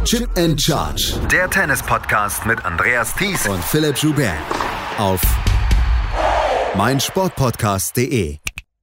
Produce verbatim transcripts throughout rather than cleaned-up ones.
Chip and Charge. Der Tennis-Podcast mit Andreas Thies und Philipp Joubert. Auf meinsportpodcast punkt de.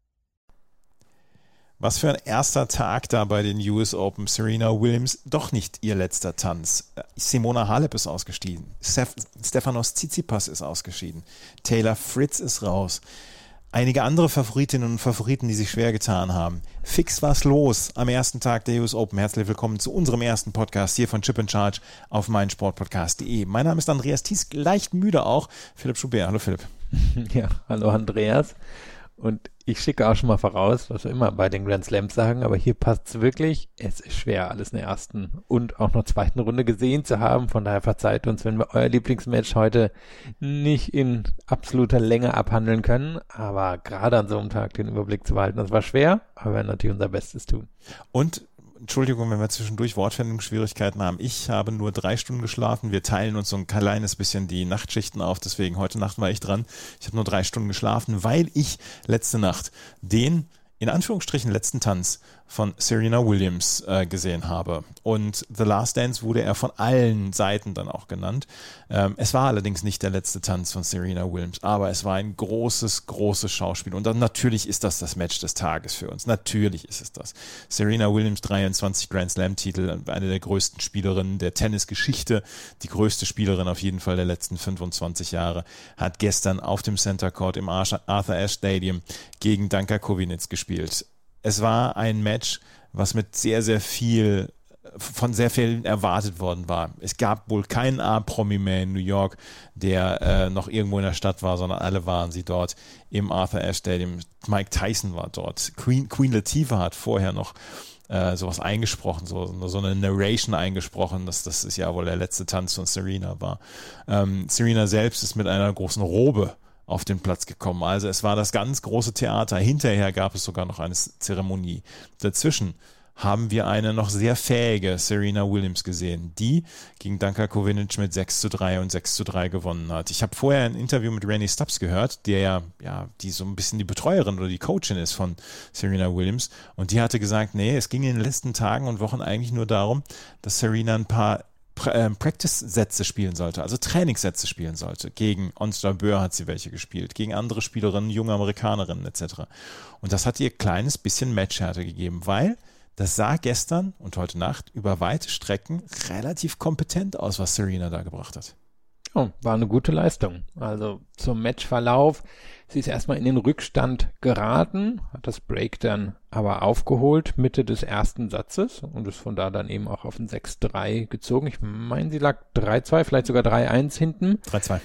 Was für ein erster Tag da bei den U S Open. Serena Williams, doch nicht ihr letzter Tanz. Simona Halep ist ausgeschieden. Steph- Stefanos Tsitsipas ist ausgeschieden. Taylor Fritz ist raus. Einige andere Favoritinnen und Favoriten, die sich schwer getan haben. Fix was los am ersten Tag der U S Open. Herzlich willkommen zu unserem ersten Podcast hier von Chip and Charge auf meinsportpodcast punkt de. Mein Name ist Andreas Thies, leicht müde auch. Philipp Joubert. Hallo Philipp. Ja, hallo Andreas. Und ich schicke auch schon mal voraus, was wir immer bei den Grand Slams sagen, aber hier passt es wirklich. Es ist schwer, alles in der ersten und auch noch zweiten Runde gesehen zu haben. Von daher verzeiht uns, wenn wir euer Lieblingsmatch heute nicht in absoluter Länge abhandeln können. Aber gerade an so einem Tag den Überblick zu behalten, das war schwer, aber wir werden natürlich unser Bestes tun. Und Entschuldigung, wenn wir zwischendurch Wortfindungsschwierigkeiten haben. Ich habe nur drei Stunden geschlafen. Wir teilen uns so ein kleines bisschen die Nachtschichten auf. Deswegen heute Nacht war ich dran. Ich habe nur drei Stunden geschlafen, weil ich letzte Nacht den, in Anführungsstrichen, letzten Tanz von Serena Williams äh, gesehen habe. Und The Last Dance wurde er von allen Seiten dann auch genannt. Ähm, es war allerdings nicht der letzte Tanz von Serena Williams, aber es war ein großes, großes Schauspiel. Und dann natürlich ist das das Match des Tages für uns. Natürlich ist es das. Serena Williams, dreiundzwanzig Grand Slam-Titel, eine der größten Spielerinnen der Tennisgeschichte, die größte Spielerin auf jeden Fall der letzten fünfundzwanzig Jahre, hat gestern auf dem Center Court im Arthur Ashe Stadium gegen Danka Kovinic gespielt. Es war ein Match, was mit sehr, sehr viel, von sehr vielen erwartet worden war. Es gab wohl keinen A-Promi mehr in New York, der äh, noch irgendwo in der Stadt war, sondern alle waren sie dort im Arthur Ashe Stadium. Mike Tyson war dort. Queen, Queen Latifah hat vorher noch äh, sowas eingesprochen, so, so eine Narration eingesprochen, dass das ist ja wohl der letzte Tanz von Serena war. Ähm, Serena selbst ist mit einer großen Robe auf den Platz gekommen. Also es war das ganz große Theater. Hinterher gab es sogar noch eine Zeremonie. Dazwischen haben wir eine noch sehr fähige Serena Williams gesehen, die gegen Danka Kovinic mit sechs zu drei und sechs zu drei gewonnen hat. Ich habe vorher ein Interview mit Rennie Stubbs gehört, der ja, ja, die so ein bisschen die Betreuerin oder die Coachin ist von Serena Williams, und die hatte gesagt, nee, es ging in den letzten Tagen und Wochen eigentlich nur darum, dass Serena ein paar Practice-Sätze spielen sollte, also Trainingssätze spielen sollte. Gegen Ons Jabeur hat sie welche gespielt, gegen andere Spielerinnen, junge Amerikanerinnen et cetera. Und das hat ihr ein kleines bisschen Matchhärte gegeben, weil das sah gestern und heute Nacht über weite Strecken relativ kompetent aus, was Serena da gebracht hat. Oh, war eine gute Leistung. Also zum Matchverlauf, sie ist erstmal in den Rückstand geraten, hat das Break dann aber aufgeholt, Mitte des ersten Satzes, und ist von da dann eben auch auf ein sechs drei gezogen. Ich meine, sie lag drei zwei, vielleicht sogar drei eins hinten. drei zwei.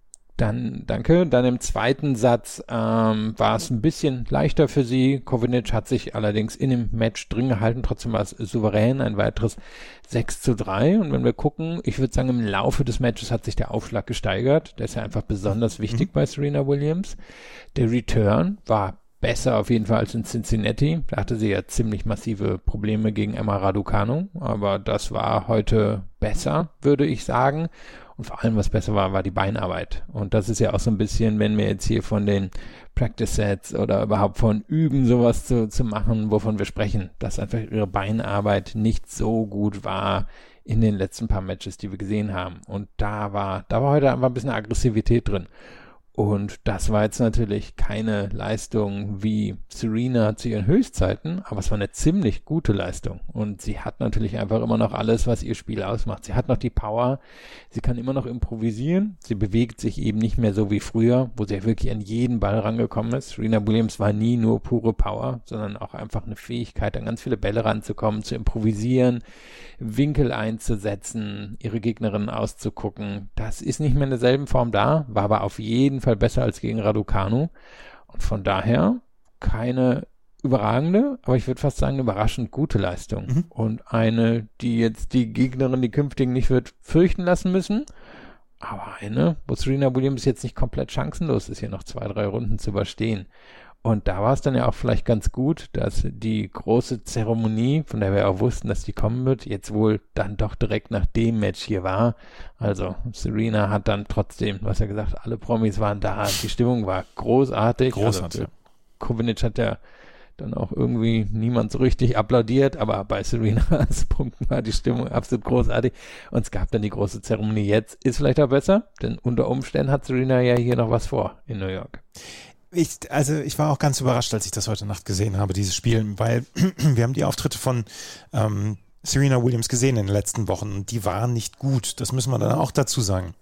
Dann, danke. Dann im zweiten Satz ähm, war es ein bisschen leichter für sie. Kovinic hat sich allerdings in dem Match drin gehalten. Trotzdem war es souverän, ein weiteres sechs zu drei. Und wenn wir gucken, ich würde sagen, im Laufe des Matches hat sich der Aufschlag gesteigert. Der ist ja einfach besonders wichtig mhm. bei Serena Williams. Der Return war besser auf jeden Fall als in Cincinnati. Da hatte sie ja ziemlich massive Probleme gegen Emma Raducanu. Aber das war heute besser, würde ich sagen. Und vor allem, was besser war, war die Beinarbeit. Und das ist ja auch so ein bisschen, wenn wir jetzt hier von den Practice-Sets oder überhaupt von Üben sowas zu, zu machen, wovon wir sprechen, dass einfach ihre Beinarbeit nicht so gut war in den letzten paar Matches, die wir gesehen haben. Und da war, da war heute einfach ein bisschen Aggressivität drin. Und das war jetzt natürlich keine Leistung wie Serena zu ihren Höchstzeiten, aber es war eine ziemlich gute Leistung. Und sie hat natürlich einfach immer noch alles, was ihr Spiel ausmacht. Sie hat noch die Power, sie kann immer noch improvisieren, sie bewegt sich eben nicht mehr so wie früher, wo sie wirklich an jeden Ball rangekommen ist. Serena Williams war nie nur pure Power, sondern auch einfach eine Fähigkeit, an ganz viele Bälle ranzukommen, zu improvisieren, Winkel einzusetzen, ihre Gegnerinnen auszugucken. Das ist nicht mehr in derselben Form da, war aber auf jeden Fall besser als gegen Raducanu. Und von daher keine überragende, aber ich würde fast sagen, eine überraschend gute Leistung. Mhm. Und eine, die jetzt die Gegnerin, die künftigen, nicht wird fürchten lassen müssen. Aber eine, wo Serena Williams jetzt nicht komplett chancenlos ist, hier noch zwei, drei Runden zu überstehen. Und da war es dann ja auch vielleicht ganz gut, dass die große Zeremonie, von der wir auch wussten, dass die kommen wird, jetzt wohl dann doch direkt nach dem Match hier war. Also Serena hat dann trotzdem, du hast ja gesagt, alle Promis waren da, die Stimmung war großartig. Großartig. Also, Kovinic hat ja dann auch irgendwie niemand so richtig applaudiert, aber bei Serenas Punkten war die Stimmung absolut großartig und es gab dann die große Zeremonie. Jetzt ist vielleicht auch besser, denn unter Umständen hat Serena ja hier noch was vor in New York. Ich, also ich war auch ganz überrascht, als ich das heute Nacht gesehen habe, dieses Spiel, weil wir haben die Auftritte von ähm, Serena Williams gesehen in den letzten Wochen und die waren nicht gut. Das müssen wir dann auch dazu sagen.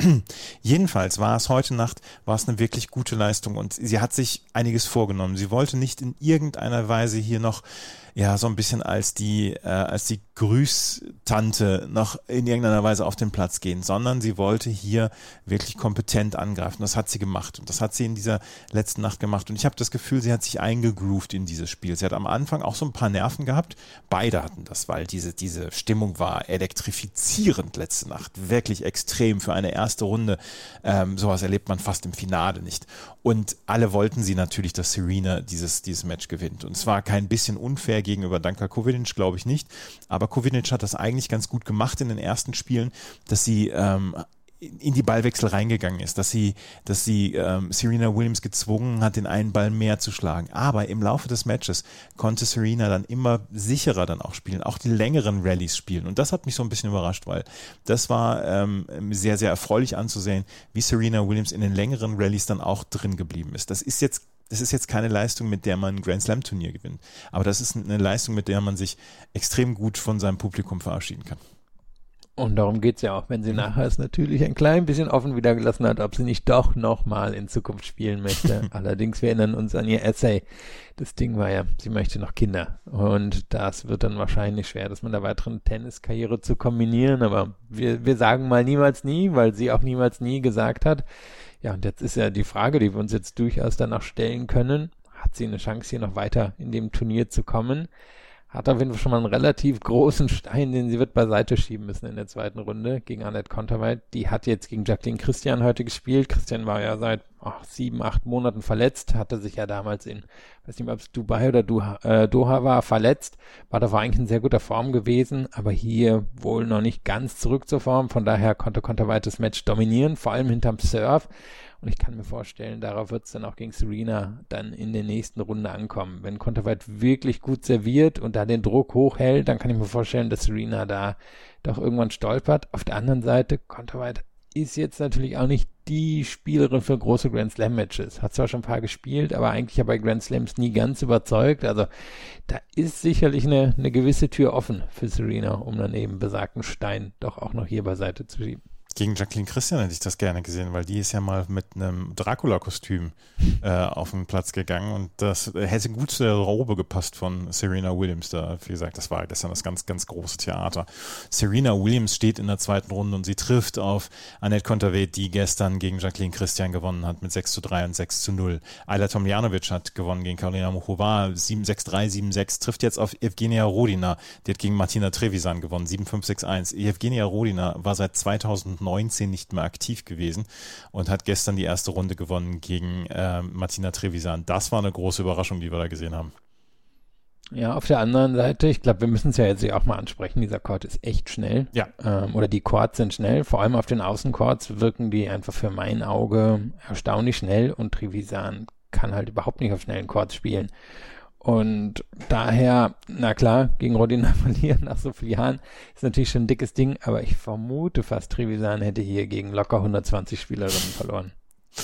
Jedenfalls war es heute Nacht, war es eine wirklich gute Leistung und sie hat sich einiges vorgenommen. Sie wollte nicht in irgendeiner Weise hier noch ja so ein bisschen als die äh, als die Grüßtante noch in irgendeiner Weise auf den Platz gehen, sondern sie wollte hier wirklich kompetent angreifen. Das hat sie gemacht und das hat sie in dieser letzten Nacht gemacht und ich habe das Gefühl, sie hat sich eingegroovt in dieses Spiel. Sie hat am Anfang auch so ein paar Nerven gehabt. Beide hatten das, weil diese diese Stimmung war elektrifizierend letzte Nacht, wirklich extrem für eine erste Runde. Ähm, sowas erlebt man fast im Finale nicht. Und alle wollten sie natürlich, dass Serena dieses dieses Match gewinnt. Und es war kein bisschen unfair gegenüber Danka Kovinic, glaube ich nicht. Aber Kovinic hat das eigentlich ganz gut gemacht in den ersten Spielen, dass sie ähm, in die Ballwechsel reingegangen ist, dass sie, dass sie ähm, Serena Williams gezwungen hat, den einen Ball mehr zu schlagen. Aber im Laufe des Matches konnte Serena dann immer sicherer dann auch spielen, auch die längeren Rallyes spielen. Und das hat mich so ein bisschen überrascht, weil das war ähm, sehr, sehr erfreulich anzusehen, wie Serena Williams in den längeren Rallyes dann auch drin geblieben ist. Das ist jetzt Das ist jetzt keine Leistung, mit der man ein Grand Slam Turnier gewinnt. Aber das ist eine Leistung, mit der man sich extrem gut von seinem Publikum verabschieden kann. Und darum geht's ja auch, wenn sie nachher es natürlich ein klein bisschen offen wieder gelassen hat, ob sie nicht doch nochmal in Zukunft spielen möchte. Allerdings, wir erinnern uns an ihr Essay. Das Ding war ja, sie möchte noch Kinder. Und das wird dann wahrscheinlich schwer, das mit einer weiteren Tenniskarriere zu kombinieren. Aber wir, wir sagen mal niemals nie, weil sie auch niemals nie gesagt hat. Ja, und jetzt ist ja die Frage, die wir uns jetzt durchaus danach stellen können. Hat sie eine Chance, hier noch weiter in dem Turnier zu kommen? Hat auf jeden Fall schon mal einen relativ großen Stein, den sie wird beiseite schieben müssen in der zweiten Runde gegen Anett Kontaveit. Die hat jetzt gegen Jacqueline Christian heute gespielt. Christian war ja seit ach, sieben, acht Monaten verletzt, hatte sich ja damals in, weiß nicht mehr, ob es Dubai oder Doha, äh, Doha war, verletzt. War da war eigentlich in sehr guter Form gewesen, aber hier wohl noch nicht ganz zurück zur Form. Von daher konnte Kontaveit das Match dominieren, vor allem hinterm Serve. Und ich kann mir vorstellen, darauf wird es dann auch gegen Serena dann in der nächsten Runde ankommen. Wenn Kontaveit wirklich gut serviert und da den Druck hochhält, dann kann ich mir vorstellen, dass Serena da doch irgendwann stolpert. Auf der anderen Seite, Kontaveit ist jetzt natürlich auch nicht die Spielerin für große Grand Slam Matches. Hat zwar schon ein paar gespielt, aber eigentlich ja bei Grand Slams nie ganz überzeugt. Also da ist sicherlich eine, eine gewisse Tür offen für Serena, um dann eben besagten Stein doch auch noch hier beiseite zu schieben. Gegen Jacqueline Christian hätte ich das gerne gesehen, weil die ist ja mal mit einem Dracula-Kostüm äh, auf den Platz gegangen und das hätte gut zu der Robe gepasst von Serena Williams. Da, wie gesagt, das war gestern das ganz, ganz große Theater. Serena Williams steht in der zweiten Runde und sie trifft auf Anett Kontaveit, die gestern gegen Jacqueline Christian gewonnen hat mit sechs zu drei und sechs zu null. Ajla Tomljanovic hat gewonnen gegen Karolina Muchova, sieben sechs drei, sieben sechs, trifft jetzt auf Evgenia Rodina, die hat gegen Martina Trevisan gewonnen, sieben fünf sechs eins. Evgenia Rodina war seit zweitausendneunzehn nicht mehr aktiv gewesen und hat gestern die erste Runde gewonnen gegen äh, Martina Trevisan. Das war eine große Überraschung, die wir da gesehen haben. Ja, auf der anderen Seite, ich glaube, wir müssen es ja jetzt auch mal ansprechen, dieser Court ist echt schnell. Ja. Ähm, oder die Courts sind schnell, vor allem auf den Außencourts wirken die einfach für mein Auge erstaunlich schnell und Trevisan kann halt überhaupt nicht auf schnellen Courts spielen. Und daher, na klar, gegen Rodina verlieren nach so vielen Jahren ist natürlich schon ein dickes Ding, aber ich vermute fast, Trevisan hätte hier gegen locker hundertzwanzig Spielerinnen verloren.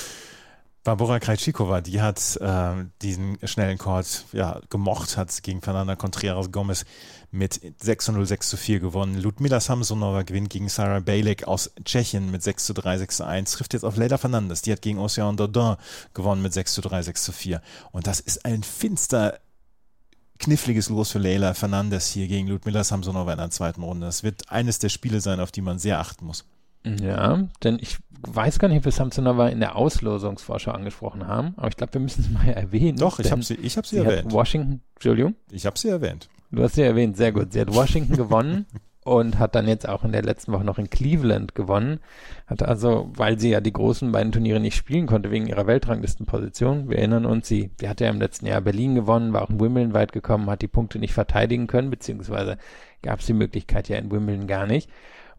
Barbora Krejcikova, die hat äh, diesen schnellen Court ja, gemocht, hat gegen Fernanda Contreras Gomez mit sechs zu null, sechs zu vier gewonnen. Ludmila Samsonova gewinnt gegen Sarah Bejlek aus Tschechien mit sechs zu drei, sechs zu eins, trifft jetzt auf Leylah Fernandez, die hat gegen Océane Dodin gewonnen mit sechs zu drei, sechs zu vier. Und das ist ein finster kniffliges Los für Leylah Fernandez hier gegen Ludmila Samsonova in der zweiten Runde. Das wird eines der Spiele sein, auf die man sehr achten muss. Ja, denn ich weiß gar nicht, ob wir Samsonova in der Auslosungsvorschau angesprochen haben, aber ich glaube, wir müssen es mal erwähnen. Doch, ich habe sie, ich hab sie, sie erwähnt. Hat Washington, Entschuldigung? Ich habe sie erwähnt. Du hast sie erwähnt, sehr gut. Sie hat Washington gewonnen und hat dann jetzt auch in der letzten Woche noch in Cleveland gewonnen. Hat also, weil sie ja die großen beiden Turniere nicht spielen konnte, wegen ihrer Weltranglistenposition. Wir erinnern uns, sie, sie hatte ja im letzten Jahr Berlin gewonnen, war auch in Wimbledon weit gekommen, hat die Punkte nicht verteidigen können, beziehungsweise gab es die Möglichkeit ja in Wimbledon gar nicht.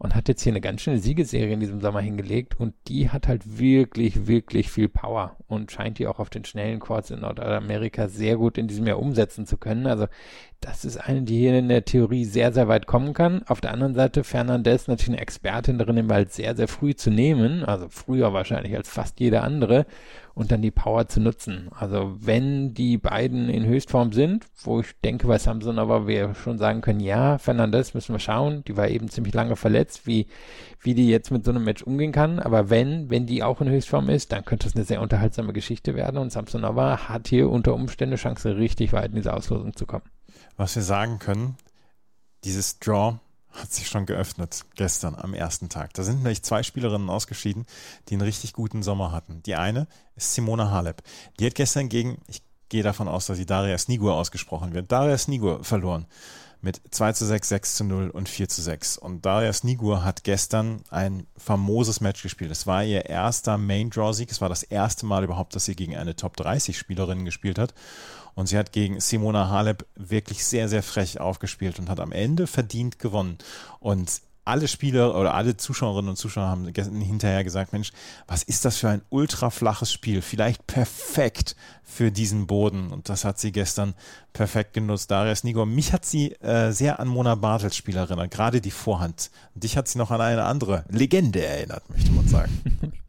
und hat jetzt hier eine ganz schöne Siegesserie in diesem Sommer hingelegt und die hat halt wirklich, wirklich viel Power und scheint die auch auf den schnellen Courts in Nordamerika sehr gut in diesem Jahr umsetzen zu können. Also das ist eine, die hier in der Theorie sehr, sehr weit kommen kann. Auf der anderen Seite Fernandez natürlich eine Expertin darin, den Ball sehr, sehr früh zu nehmen, also früher wahrscheinlich als fast jeder andere und dann die Power zu nutzen. Also wenn die beiden in Höchstform sind, wo ich denke, bei Samson aber wir schon sagen können, ja, Fernandez müssen wir schauen, die war eben ziemlich lange verletzt, wie, wie die jetzt mit so einem Match umgehen kann, aber wenn, wenn die auch in Höchstform ist, dann könnte es eine sehr unterhaltsame Geschichte werden und Samsonova hat hier unter Umständen eine Chance, richtig weit in diese Auslosung zu kommen. Was wir sagen können, dieses Draw hat sich schon geöffnet gestern am ersten Tag. Da sind nämlich zwei Spielerinnen ausgeschieden, die einen richtig guten Sommer hatten. Die eine ist Simona Halep. Die hat gestern gegen, ich gehe davon aus, dass sie Daria Snigur ausgesprochen wird, Daria Snigur verloren. Mit zwei zu sechs, sechs zu null und vier zu sechs. Und Daria Snigur hat gestern ein famoses Match gespielt. Es war ihr erster Main-Draw-Sieg. Es war das erste Mal überhaupt, dass sie gegen eine Top dreißig Spielerin gespielt hat. Und sie hat gegen Simona Halep wirklich sehr, sehr frech aufgespielt und hat am Ende verdient gewonnen. Und alle Spieler oder alle Zuschauerinnen und Zuschauer haben hinterher gesagt, Mensch, was ist das für ein ultra flaches Spiel? Vielleicht perfekt für diesen Boden. Und das hat sie gestern perfekt genutzt. Daria Snigur, mich hat sie äh, sehr an Mona Bartels Spiel erinnert, gerade die Vorhand. Und dich hat sie noch an eine andere Legende erinnert, möchte man sagen.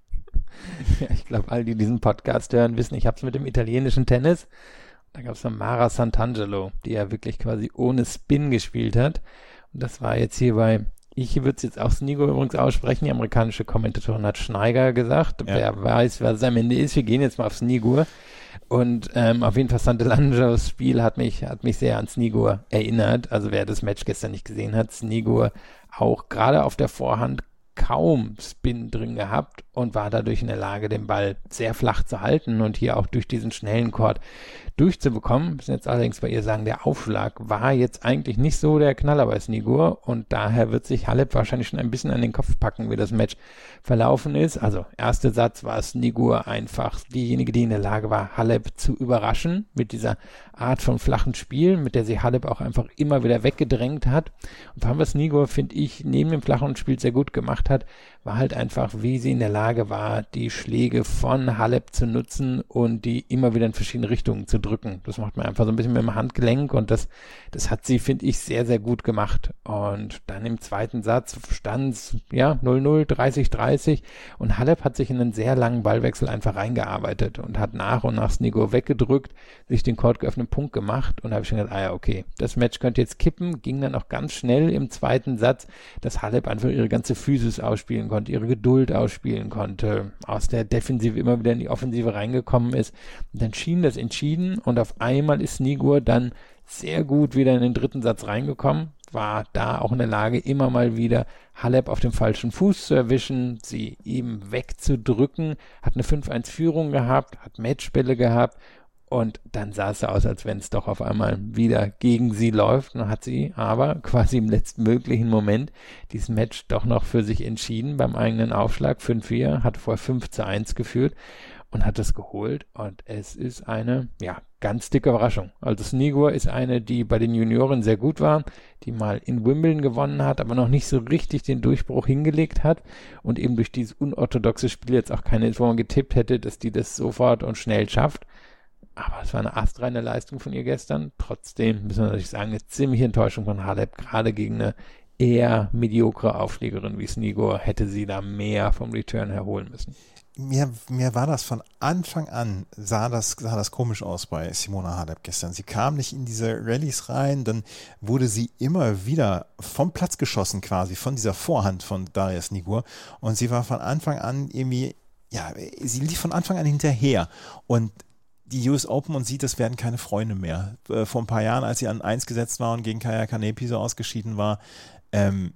Ja, ich glaube, all die diesen Podcast hören, wissen, ich habe es mit dem italienischen Tennis. Da gab es dann Mara Santangelo, die ja wirklich quasi ohne Spin gespielt hat. Und das war jetzt hier bei, ich würde es jetzt auch Snigur übrigens aussprechen, die amerikanische Kommentatorin hat Schneiger gesagt. Ja. Wer weiß, was es am Ende ist, wir gehen jetzt mal auf Snigur. Und ähm, auf jeden Fall Santalangelos Spiel hat mich, hat mich sehr an Snigur erinnert. Also wer das Match gestern nicht gesehen hat, Snigur auch gerade auf der Vorhand kaum Spin drin gehabt und war dadurch in der Lage, den Ball sehr flach zu halten und hier auch durch diesen schnellen Court durchzubekommen. Wir müssen jetzt allerdings bei ihr sagen, der Aufschlag war jetzt eigentlich nicht so der Knaller bei Snigur und daher wird sich Halep wahrscheinlich schon ein bisschen an den Kopf packen, wie das Match verlaufen ist. Also erster Satz war Snigur einfach diejenige, die in der Lage war, Halep zu überraschen mit dieser Art von flachen Spiel, mit der sie Halep auch einfach immer wieder weggedrängt hat. Und vor allem was Snigur, finde ich, neben dem flachen Spiel sehr gut gemacht hat, war halt einfach, wie sie in der Lage war, die Schläge von Halep zu nutzen und die immer wieder in verschiedene Richtungen zu drücken. Das macht man einfach so ein bisschen mit dem Handgelenk und das, das hat sie, finde ich, sehr, sehr gut gemacht. Und dann im zweiten Satz stand es, ja, null null, dreißig dreißig und Halep hat sich in einen sehr langen Ballwechsel einfach reingearbeitet und hat nach und nach Snigur weggedrückt, sich den Court geöffneten Punkt gemacht und da habe ich schon gedacht, ah ja, okay, das Match könnte jetzt kippen, ging dann auch ganz schnell im zweiten Satz, dass Halep einfach ihre ganze Physis ausspielen konnte, ihre Geduld ausspielen konnte, aus der Defensive immer wieder in die Offensive reingekommen ist. Und dann schien das entschieden und auf einmal ist Snigur dann sehr gut wieder in den dritten Satz reingekommen, war da auch in der Lage, immer mal wieder Halep auf dem falschen Fuß zu erwischen, sie eben wegzudrücken, hat eine fünf eins Führung gehabt, hat Matchbälle gehabt und dann sah es so aus, als wenn es doch auf einmal wieder gegen sie läuft. Dann hat sie aber quasi im letzten möglichen Moment dieses Match doch noch für sich entschieden beim eigenen Aufschlag. fünf vier, hat vorher fünf zu eins geführt und hat es geholt. Und es ist eine, ja, ganz dicke Überraschung. Also Snigur ist eine, die bei den Junioren sehr gut war, die mal in Wimbledon gewonnen hat, aber noch nicht so richtig den Durchbruch hingelegt hat und eben durch dieses unorthodoxe Spiel jetzt auch keine, wo man getippt hätte, dass die das sofort und schnell schafft. Aber es war eine astreine Leistung von ihr gestern. Trotzdem müssen wir natürlich sagen, eine ziemliche Enttäuschung von Halep. Gerade gegen eine eher mediokre Aufschlägerin wie Snigur hätte sie da mehr vom Return herholen müssen. Mir, mir war das von Anfang an, sah das, sah das komisch aus bei Simona Halep gestern. Sie kam nicht in diese Rallyes rein, dann wurde sie immer wieder vom Platz geschossen quasi, von dieser Vorhand von Daria Snigur. Und sie war von Anfang an irgendwie, ja, sie lief von Anfang an hinterher. Und die U S Open und sieht, das werden keine Freunde mehr. Äh, vor ein paar Jahren, als sie an eins gesetzt war und gegen Kaya Kanepi so ausgeschieden war, ähm,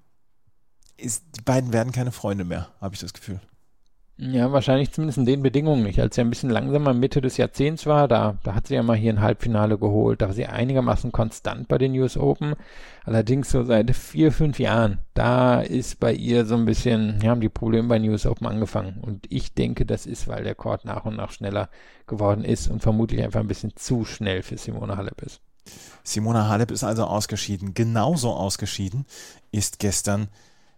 ist, die beiden werden keine Freunde mehr, habe ich das Gefühl. Ja, wahrscheinlich zumindest in den Bedingungen nicht. Als sie ein bisschen langsamer Mitte des Jahrzehnts war, da, da hat sie ja mal hier ein Halbfinale geholt, da war sie einigermaßen konstant bei den U S Open. Allerdings so seit vier, fünf Jahren, da ist bei ihr so ein bisschen, ja, haben die Probleme bei den U S Open angefangen. Und ich denke, das ist, weil der Court nach und nach schneller geworden ist und vermutlich einfach ein bisschen zu schnell für Simona Halep ist. Simona Halep ist also ausgeschieden. Genauso ausgeschieden ist gestern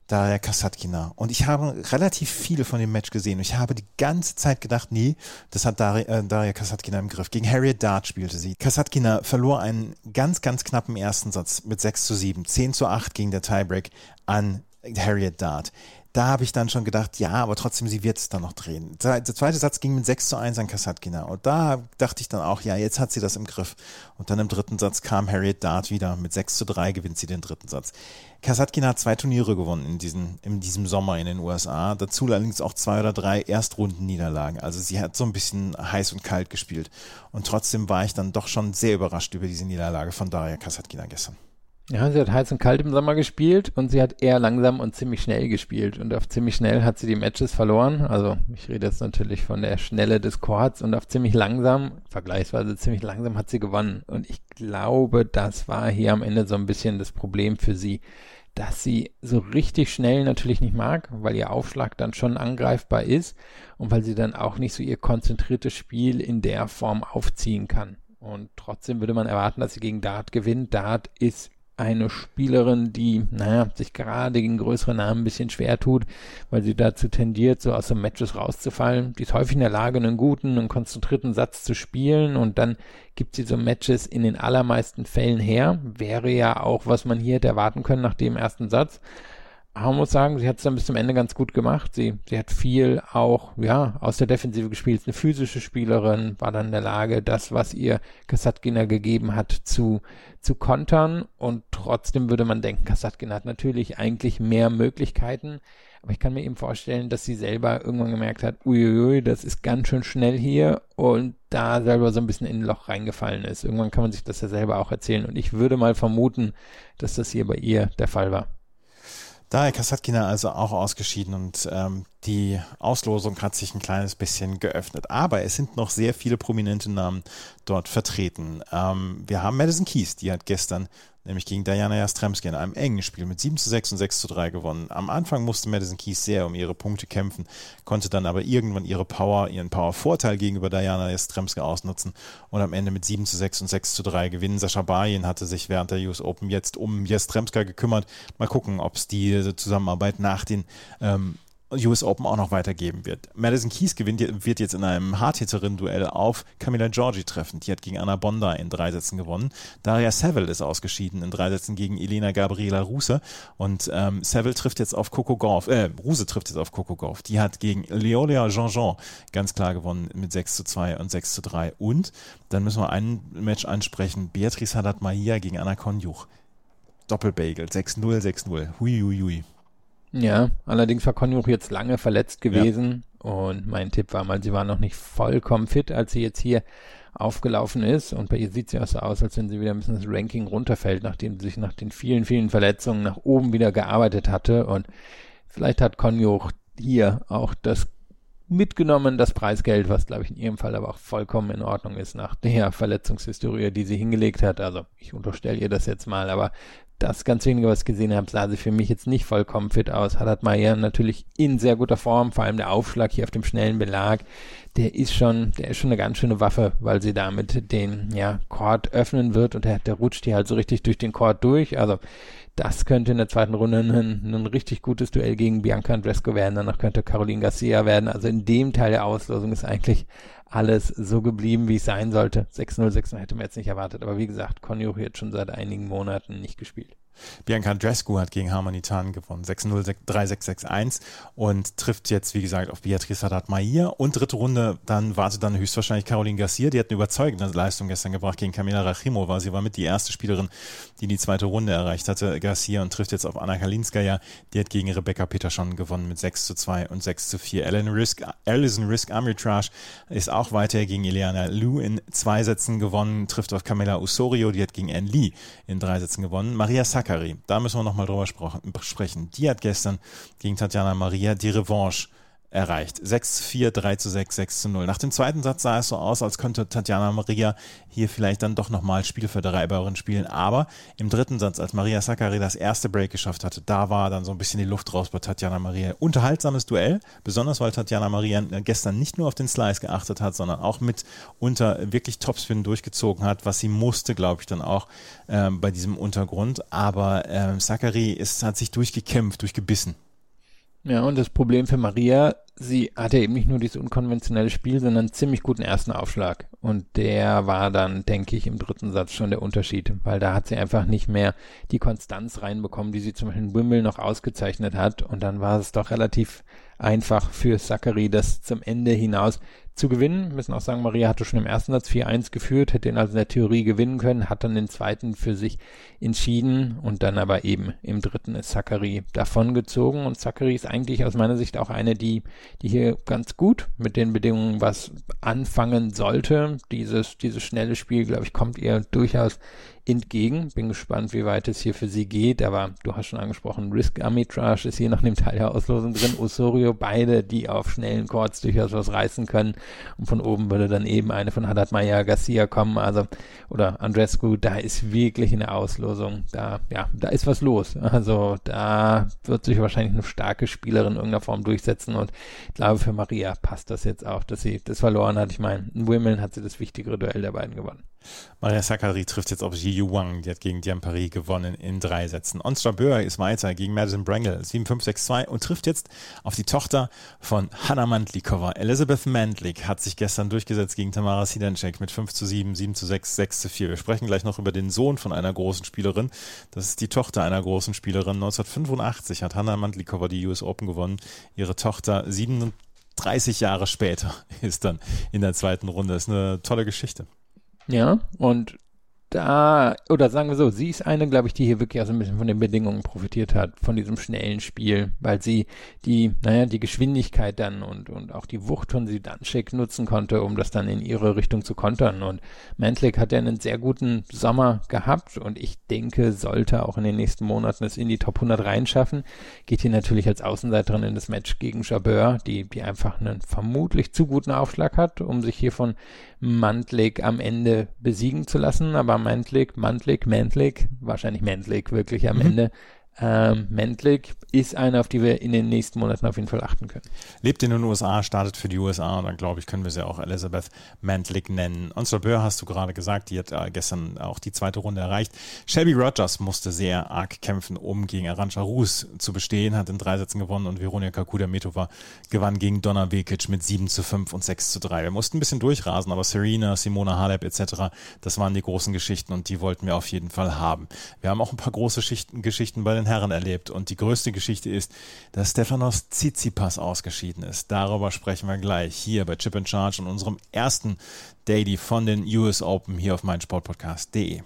Daria Kasatkina. Und ich habe relativ viele von dem Match gesehen. Und ich habe die ganze Zeit gedacht, nee, das hat Daria, äh, Daria Kasatkina im Griff. Gegen Harriet Dart spielte sie. Kasatkina verlor einen ganz, ganz knappen ersten Satz mit sechs zu sieben. zehn zu acht gegen der Tiebreak an Harriet Dart. Da habe ich dann schon gedacht, ja, aber trotzdem, sie wird es dann noch drehen. Der zweite Satz ging mit sechs zu eins an Kasatkina. Und da dachte ich dann auch, ja, jetzt hat sie das im Griff. Und dann im dritten Satz kam Harriet Dart wieder. Mit sechs zu drei gewinnt sie den dritten Satz. Kasatkina hat zwei Turniere gewonnen in, diesen, in diesem Sommer in den U S A. Dazu allerdings auch zwei oder drei Erstrundenniederlagen. Also sie hat so ein bisschen heiß und kalt gespielt. Und trotzdem war ich dann doch schon sehr überrascht über diese Niederlage von Daria Kasatkina gestern. Ja, sie hat heiß und kalt im Sommer gespielt und sie hat eher langsam und ziemlich schnell gespielt und auf ziemlich schnell hat sie die Matches verloren. Also ich rede jetzt natürlich von der Schnelle des Courts und auf ziemlich langsam, vergleichsweise ziemlich langsam hat sie gewonnen. Und ich glaube, das war hier am Ende so ein bisschen das Problem für sie, dass sie so richtig schnell natürlich nicht mag, weil ihr Aufschlag dann schon angreifbar ist und weil sie dann auch nicht so ihr konzentriertes Spiel in der Form aufziehen kann. Und trotzdem würde man erwarten, dass sie gegen Dart gewinnt. Dart ist eine Spielerin, die, naja, sich gerade gegen größere Namen ein bisschen schwer tut, weil sie dazu tendiert, so aus den Matches rauszufallen. Die ist häufig in der Lage, einen guten, einen konzentrierten Satz zu spielen und dann gibt sie so Matches in den allermeisten Fällen her. Wäre ja auch, was man hier hätte erwarten können nach dem ersten Satz. Aber man muss sagen, sie hat es dann bis zum Ende ganz gut gemacht. Sie, sie hat viel auch, ja, aus der Defensive gespielt. Eine physische Spielerin, war dann in der Lage, das, was ihr Kasatkina gegeben hat, zu, zu kontern. Und trotzdem würde man denken, Kasatkina hat natürlich eigentlich mehr Möglichkeiten. Aber ich kann mir eben vorstellen, dass sie selber irgendwann gemerkt hat, uiuiui, das ist ganz schön schnell hier und da selber so ein bisschen in ein Loch reingefallen ist. Irgendwann kann man sich das ja selber auch erzählen. Und ich würde mal vermuten, dass das hier bei ihr der Fall war. Daria Kasatkina also auch ausgeschieden und ähm, die Auslosung hat sich ein kleines bisschen geöffnet. Aber es sind noch sehr viele prominente Namen dort vertreten. Ähm, wir haben Madison Keys, die hat gestern nämlich gegen Diana Jastremski in einem engen Spiel mit sieben zu sechs und sechs zu drei gewonnen. Am Anfang musste Madison Keys sehr um ihre Punkte kämpfen, konnte dann aber irgendwann ihre Power, ihren Power-Vorteil gegenüber Diana Jastremski ausnutzen und am Ende mit sieben zu sechs und sechs zu drei gewinnen. Sascha Baryin hatte sich während der U S Open jetzt um Jastremska gekümmert. Mal gucken, ob es diese Zusammenarbeit nach den ähm, U S Open auch noch weitergeben wird. Madison Keys gewinnt, wird jetzt in einem Hardhitterin-Duell auf Camila Giorgi treffen. Die hat gegen Anna Bonda in drei Sätzen gewonnen. Daria Saville ist ausgeschieden in drei Sätzen gegen Elena Gabriela Ruse. Und ähm, Saville trifft jetzt auf Coco Gauff, äh, Ruse trifft jetzt auf Coco Gauff. Die hat gegen Leolia Jean-Jean ganz klar gewonnen mit sechs zu zwei und sechs zu drei. Und dann müssen wir ein Match ansprechen. Beatriz Haddad-Maia gegen Anna Konjuch. Doppelbagel, sechs null, sechs null. Hui, hui, hui. Ja, allerdings war Konjuch jetzt lange verletzt gewesen ja. Und mein Tipp war mal, sie war noch nicht vollkommen fit, als sie jetzt hier aufgelaufen ist und bei ihr sieht sie auch so aus, als wenn sie wieder ein bisschen das Ranking runterfällt, nachdem sie sich nach den vielen, vielen Verletzungen nach oben wieder gearbeitet hatte und vielleicht hat Konjuch hier auch das mitgenommen, das Preisgeld, was glaube ich in ihrem Fall aber auch vollkommen in Ordnung ist nach der Verletzungshistorie, die sie hingelegt hat. Also ich unterstelle ihr das jetzt mal, aber das ganz wenige, was ich gesehen habe, sah sie für mich jetzt nicht vollkommen fit aus. Haddad-Maia natürlich in sehr guter Form, vor allem der Aufschlag hier auf dem schnellen Belag, der ist schon, der ist schon eine ganz schöne Waffe, weil sie damit den, ja, Court öffnen wird und der, der rutscht hier halt so richtig durch den Court durch. Also das könnte in der zweiten Runde ein, ein richtig gutes Duell gegen Bianca Andreescu werden. Danach könnte Caroline Garcia werden. Also in dem Teil der Auslosung ist eigentlich alles so geblieben, wie es sein sollte. sechs null, sechs null hätte man jetzt nicht erwartet. Aber wie gesagt, Konjuch jetzt schon seit einigen Monaten nicht gespielt. Bianca Andreescu hat gegen Harmony Tan gewonnen, sechs null, drei sechs, sechs eins und trifft jetzt, wie gesagt, auf Beatriz Haddad-Maia. Und dritte Runde, dann wartet dann höchstwahrscheinlich Caroline Garcia, die hat eine überzeugende Leistung gestern gebracht gegen Kamila Rachimova. Sie war mit die erste Spielerin, die die zweite Runde erreicht hatte, Garcia, und trifft jetzt auf Anna Kalinskaya. Die hat gegen Rebecca Peterson gewonnen mit sechs zu zwei und sechs zu vier. Alison Risk, Alison Risk Amritraj ist auch weiter gegen Ileana Liu in zwei Sätzen gewonnen, trifft auf Camila Osorio, die hat gegen Anne Lee in drei Sätzen gewonnen. Maria Sakkari, da müssen wir nochmal drüber sprechen. Die hat gestern gegen Tatjana Maria die Revanche erreicht. sechs zu vier, drei zu sechs, sechs zu null. Nach dem zweiten Satz sah es so aus, als könnte Tatjana Maria hier vielleicht dann doch nochmal Spielvertreiberin spielen, aber im dritten Satz, als Maria Sakkari das erste Break geschafft hatte, da war dann so ein bisschen die Luft raus bei Tatjana Maria. Unterhaltsames Duell, besonders weil Tatjana Maria gestern nicht nur auf den Slice geachtet hat, sondern auch mit unter wirklich Topspin durchgezogen hat, was sie musste, glaube ich, dann auch äh, bei diesem Untergrund, aber äh, Sakkari ist, hat sich durchgekämpft, durchgebissen. Ja, und das Problem für Maria, sie hatte eben nicht nur dieses unkonventionelle Spiel, sondern einen ziemlich guten ersten Aufschlag. Und der war dann, denke ich, im dritten Satz schon der Unterschied, weil da hat sie einfach nicht mehr die Konstanz reinbekommen, die sie zum Beispiel in Wimbledon noch ausgezeichnet hat. Und dann war es doch relativ einfach für Sakkari, das zum Ende hinaus zu gewinnen. Wir müssen auch sagen, Maria hatte schon im ersten Satz vier eins geführt, hätte ihn also in der Theorie gewinnen können, hat dann den zweiten für sich entschieden und dann aber eben im dritten ist Sakkari davongezogen und Sakkari ist eigentlich aus meiner Sicht auch eine, die, die hier ganz gut mit den Bedingungen was anfangen sollte. Dieses, dieses schnelle Spiel, glaube ich, kommt ihr durchaus entgegen. Bin gespannt, wie weit es hier für sie geht, aber du hast schon angesprochen, Risk Arbitrage ist hier noch in dem Teil der Auslosung drin. Osorio, beide, die auf schnellen Courts durchaus was reißen können und von oben würde dann eben eine von Haddad Maia Garcia kommen, also oder Andreescu, da ist wirklich eine Auslosung, da, ja, da ist was los, also da wird sich wahrscheinlich eine starke Spielerin in irgendeiner Form durchsetzen und ich glaube, für Maria passt das jetzt auch, dass sie das verloren hat. Ich meine, in Wimbledon hat sie das wichtigere Duell der beiden gewonnen. Maria Sakkari trifft jetzt auf Ji Wang, die hat gegen Diane Paris gewonnen in drei Sätzen. Ons Jabeur ist weiter gegen Madison Brangle, sieben fünf, sechs zwei und trifft jetzt auf die Tochter von Hanna Mandlikova. Elizabeth Mandlik hat sich gestern durchgesetzt gegen Tamara Sidancek mit fünf zu sieben, sieben zu sechs, sechs zu vier. Wir sprechen gleich noch über den Sohn von einer großen Spielerin. Das ist die Tochter einer großen Spielerin. neunzehnhundertfünfundachtzig hat Hanna Mandlikova die U S Open gewonnen. Ihre Tochter siebenunddreißig Jahre später ist dann in der zweiten Runde. Das ist eine tolle Geschichte. Ja, und da, oder sagen wir so, sie ist eine, glaube ich, die hier wirklich auch so ein bisschen von den Bedingungen profitiert hat, von diesem schnellen Spiel, weil sie die, naja, die Geschwindigkeit dann und, und auch die Wucht von Zidancek nutzen konnte, um das dann in ihre Richtung zu kontern. Und Mandlik hat ja einen sehr guten Sommer gehabt und ich denke, sollte auch in den nächsten Monaten es in die Top hundert reinschaffen. Geht hier natürlich als Außenseiterin in das Match gegen Jabeur, die, die einfach einen vermutlich zu guten Aufschlag hat, um sich hier von Mandlik am Ende besiegen zu lassen, aber Mandlik, Mandlik, Mandlik, wahrscheinlich Mandlik wirklich am mhm. Ende. Ähm, Mandlik ist eine, auf die wir in den nächsten Monaten auf jeden Fall achten können. Lebt in den U S A, startet für die U S A und dann, glaube ich, können wir sie auch Elizabeth Mandlik nennen. Ons Jabeur hast du gerade gesagt, die hat äh, gestern auch die zweite Runde erreicht. Shelby Rogers musste sehr arg kämpfen, um gegen Arantxa Rus zu bestehen, hat in drei Sätzen gewonnen und Veronika Kudermetova gewann gegen Donna Vekic mit sieben zu fünf und sechs zu drei. Wir mussten ein bisschen durchrasen, aber Serena, Simona Halep et cetera, das waren die großen Geschichten und die wollten wir auf jeden Fall haben. Wir haben auch ein paar große Schichten, Geschichten bei den Herren erlebt und die größte Geschichte ist, dass Stefanos Tsitsipas ausgeschieden ist. Darüber sprechen wir gleich hier bei Chip and Charge und unserem ersten Daily von den U S Open hier auf meinsportpodcast punkt de.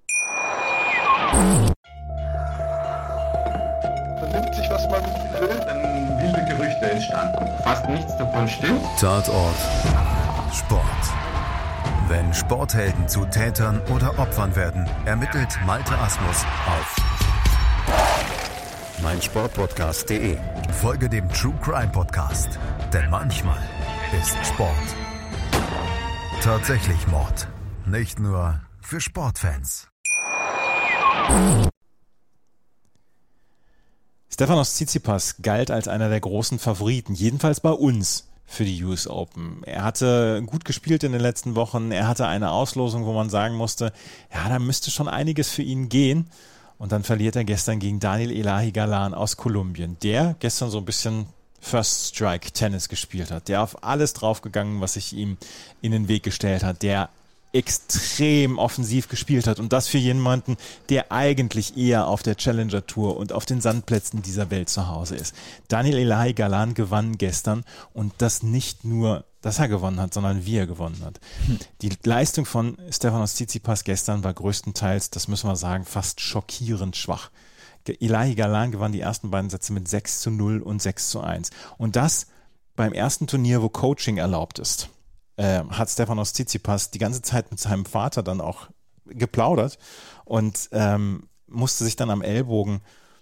Man nimmt sich, was man will. Dann wilde Gerüchte entstanden. Fast nichts davon stimmt. Tatort Sport. Wenn Sporthelden zu Tätern oder Opfern werden, ermittelt Malte Asmus auf meinsportpodcast punkt de. Folge dem True Crime Podcast, denn manchmal ist Sport tatsächlich Mord. Nicht nur für Sportfans. Stefanos Tsitsipas galt als einer der großen Favoriten, jedenfalls bei uns, für die U S Open. Er hatte gut gespielt in den letzten Wochen, er hatte eine Auslosung, wo man sagen musste, ja, da müsste schon einiges für ihn gehen. Und dann verliert er gestern gegen Daniel Elahi Galan aus Kolumbien, der gestern so ein bisschen First Strike Tennis gespielt hat, der auf alles draufgegangen, was sich ihm in den Weg gestellt hat, der extrem offensiv gespielt hat und das für jemanden, der eigentlich eher auf der Challenger Tour und auf den Sandplätzen dieser Welt zu Hause ist. Daniel Elahi Galan gewann gestern und das nicht nur, dass er gewonnen hat, sondern wie er gewonnen hat. Hm. Die Leistung von Stefanos Tsitsipas gestern war größtenteils, das müssen wir sagen, fast schockierend schwach. Elahi Galan gewann die ersten beiden Sätze mit sechs zu null und sechs zu eins. Und das beim ersten Turnier, wo Coaching erlaubt ist. Äh, hat Stefanos Tsitsipas die ganze Zeit mit seinem Vater dann auch geplaudert und ähm, musste sich dann am Ellbogen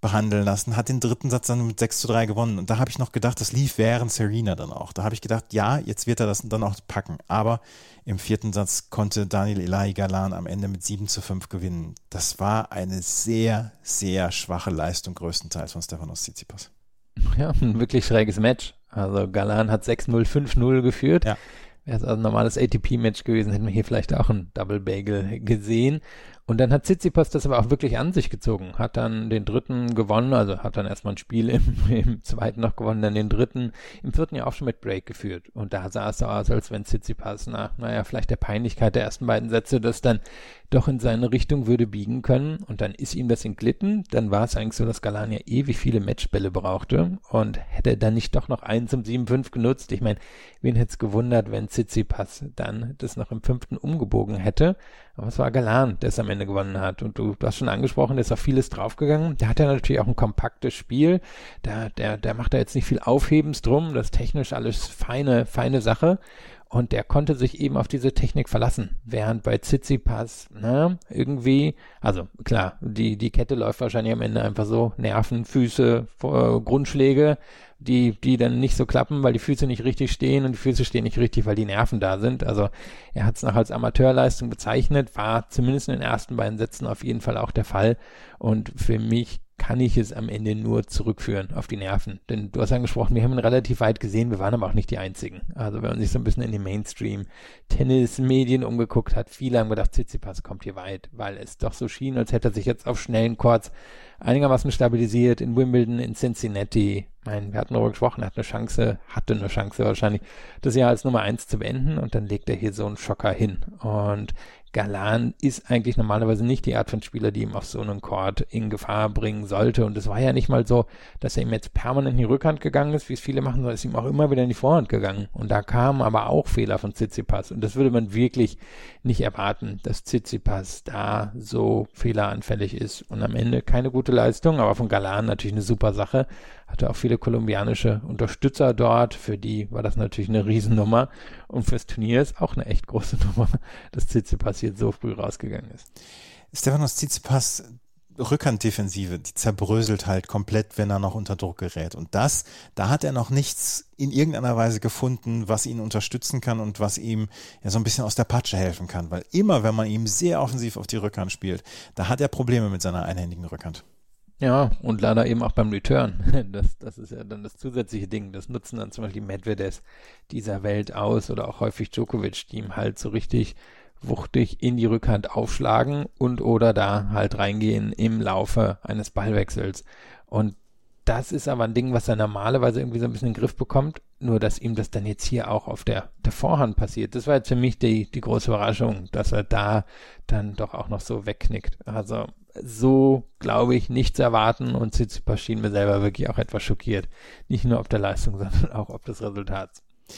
behandeln lassen, hat den dritten Satz dann mit sechs zu drei gewonnen. Und da habe ich noch gedacht, das lief während Serena dann auch. Da habe ich gedacht, ja, jetzt wird er das dann auch packen. Aber im vierten Satz konnte Daniel Elahi Galan am Ende mit sieben zu fünf gewinnen. Das war eine sehr, sehr schwache Leistung größtenteils von Stefanos Tsitsipas. Ja, ein wirklich schräges Match. Also Galan hat sechs null, fünf null geführt. Ja. Wäre es also ein normales A T P-Match gewesen, hätten wir hier vielleicht auch einen Double Bagel gesehen. Und dann hat Tsitsipas das aber auch wirklich an sich gezogen, hat dann den dritten gewonnen, also hat dann erstmal ein Spiel im, im zweiten noch gewonnen, dann den dritten, im vierten ja auch schon mit Break geführt. Und da sah es so aus, als wenn Tsitsipas nach, naja, vielleicht der Peinlichkeit der ersten beiden Sätze das dann doch in seine Richtung würde biegen können. Und dann ist ihm das entglitten. Dann war es eigentlich so, dass Galan ja ewig viele Matchbälle brauchte und hätte dann nicht doch noch einen zum sieben fünf genutzt. Ich meine, wen hätte es gewundert, wenn Tsitsipas dann das noch im fünften umgebogen hätte. Aber es war Galan, der es am Ende gewonnen hat. Und du, du hast schon angesprochen, der ist auf vieles draufgegangen. Der hat ja natürlich auch ein kompaktes Spiel. Der, der, der macht da jetzt nicht viel Aufhebens drum. Das ist technisch alles feine, feine Sache. Und der konnte sich eben auf diese Technik verlassen. Während bei Tsitsipas, na, irgendwie, also klar, die, die Kette läuft wahrscheinlich am Ende einfach so, Nerven, Füße, äh, Grundschläge, die, die dann nicht so klappen, weil die Füße nicht richtig stehen und die Füße stehen nicht richtig, weil die Nerven da sind. Also er hat es noch als Amateurleistung bezeichnet, war zumindest in den ersten beiden Sätzen auf jeden Fall auch der Fall. Und für mich kann ich es am Ende nur zurückführen auf die Nerven. Denn du hast angesprochen, wir haben ihn relativ weit gesehen, wir waren aber auch nicht die Einzigen. Also wenn man sich so ein bisschen in den Mainstream-Tennis-Medien umgeguckt hat, viele haben gedacht, Tsitsipas kommt hier weit, weil es doch so schien, als hätte er sich jetzt auf schnellen Courts einigermaßen stabilisiert, in Wimbledon, in Cincinnati. Ich meine, wir hatten darüber gesprochen, er hat eine Chance, hatte eine Chance wahrscheinlich, das Jahr als Nummer eins zu beenden und dann legt er hier so einen Schocker hin. Und Galan ist eigentlich normalerweise nicht die Art von Spieler, die ihm auf so einem Court in Gefahr bringen sollte. Und es war ja nicht mal so, dass er ihm jetzt permanent in die Rückhand gegangen ist, wie es viele machen, sondern ist ihm auch immer wieder in die Vorhand gegangen. Und da kamen aber auch Fehler von Tsitsipas. Und das würde man wirklich nicht erwarten, dass Tsitsipas da so fehleranfällig ist. Und am Ende keine gute Leistung, aber von Galan natürlich eine super Sache. Hatte auch viele kolumbianische Unterstützer dort. Für die war das natürlich eine Riesennummer. Und fürs Turnier ist auch eine echt große Nummer, dass Tsitsipas hier so früh rausgegangen ist. Stefanos Tsitsipas Rückhanddefensive, die zerbröselt halt komplett, wenn er noch unter Druck gerät. Und das, da hat er noch nichts in irgendeiner Weise gefunden, was ihn unterstützen kann und was ihm ja so ein bisschen aus der Patsche helfen kann. Weil immer, wenn man ihm sehr offensiv auf die Rückhand spielt, da hat er Probleme mit seiner einhändigen Rückhand. Ja, und leider eben auch beim Return. Das, das ist ja dann das zusätzliche Ding. Das nutzen dann zum Beispiel die Medvedevs dieser Welt aus oder auch häufig Djokovic, die ihm halt so richtig wuchtig in die Rückhand aufschlagen und oder da halt reingehen im Laufe eines Ballwechsels. Und das ist aber ein Ding, was er normalerweise irgendwie so ein bisschen in den Griff bekommt, nur dass ihm das dann jetzt hier auch auf der, der Vorhand passiert. Das war jetzt für mich die, die große Überraschung, dass er da dann doch auch noch so wegknickt. Also so, glaube ich, nicht zu erwarten und Tsitsipas schien mir selber wirklich auch etwas schockiert. Nicht nur ob der Leistung, sondern auch ob des Resultats.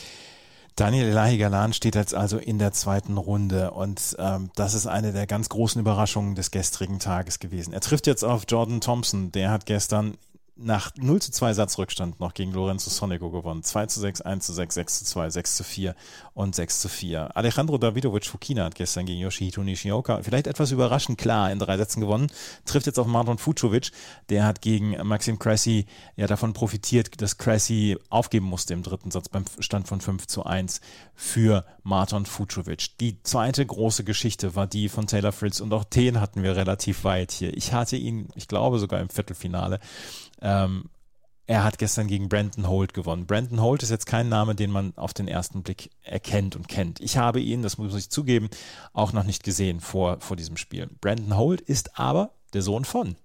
Daniel Elahi Galan steht jetzt also in der zweiten Runde und ähm, das ist eine der ganz großen Überraschungen des gestrigen Tages gewesen. Er trifft jetzt auf Jordan Thompson, der hat gestern nach null zu zwei Satzrückstand noch gegen Lorenzo Sonego gewonnen. zwei zu sechs, eins zu sechs, sechs zu zwei, sechs zu vier und sechs zu vier. Alejandro Davidovic Fokina hat gestern gegen Yoshihito Nishioka vielleicht etwas überraschend klar in drei Sätzen gewonnen, trifft jetzt auf Marton Fucsovics, der hat gegen Maxim Cressy ja davon profitiert, dass Cressy aufgeben musste im dritten Satz beim Stand von fünf zu eins für Marton Fucsovics. Die zweite große Geschichte war die von Taylor Fritz und auch den hatten wir relativ weit hier. Ich hatte ihn, ich glaube sogar im Viertelfinale. Ähm, er hat gestern gegen Brandon Holt gewonnen. Brandon Holt ist jetzt kein Name, den man auf den ersten Blick erkennt und kennt. Ich habe ihn, das muss ich zugeben, auch noch nicht gesehen vor, vor diesem Spiel. Brandon Holt ist aber der Sohn von.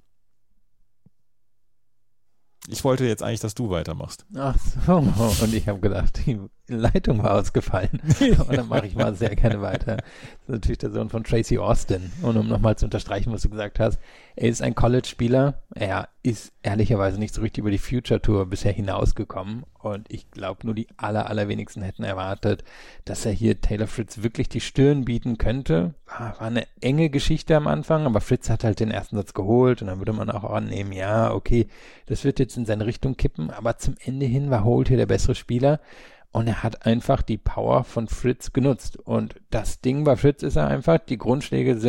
Ich wollte jetzt eigentlich, dass du weitermachst. Ach so, und ich habe gedacht, die Leitung war ausgefallen. Und dann mache ich mal sehr gerne weiter. Das ist natürlich der Sohn von Tracy Austin. Und um nochmal zu unterstreichen, was du gesagt hast, er ist ein College-Spieler. Er ist ehrlicherweise nicht so richtig über die Future Tour bisher hinausgekommen. Und ich glaube, nur die aller, allerwenigsten hätten erwartet, dass er hier Taylor Fritz wirklich die Stirn bieten könnte. War eine enge Geschichte am Anfang, aber Fritz hat halt den ersten Satz geholt und dann würde man auch annehmen, ja, okay, das wird jetzt in seine Richtung kippen, aber zum Ende hin war Holt hier der bessere Spieler. Und er hat einfach die Power von Fritz genutzt. Und das Ding bei Fritz ist er einfach, die Grundschläge sind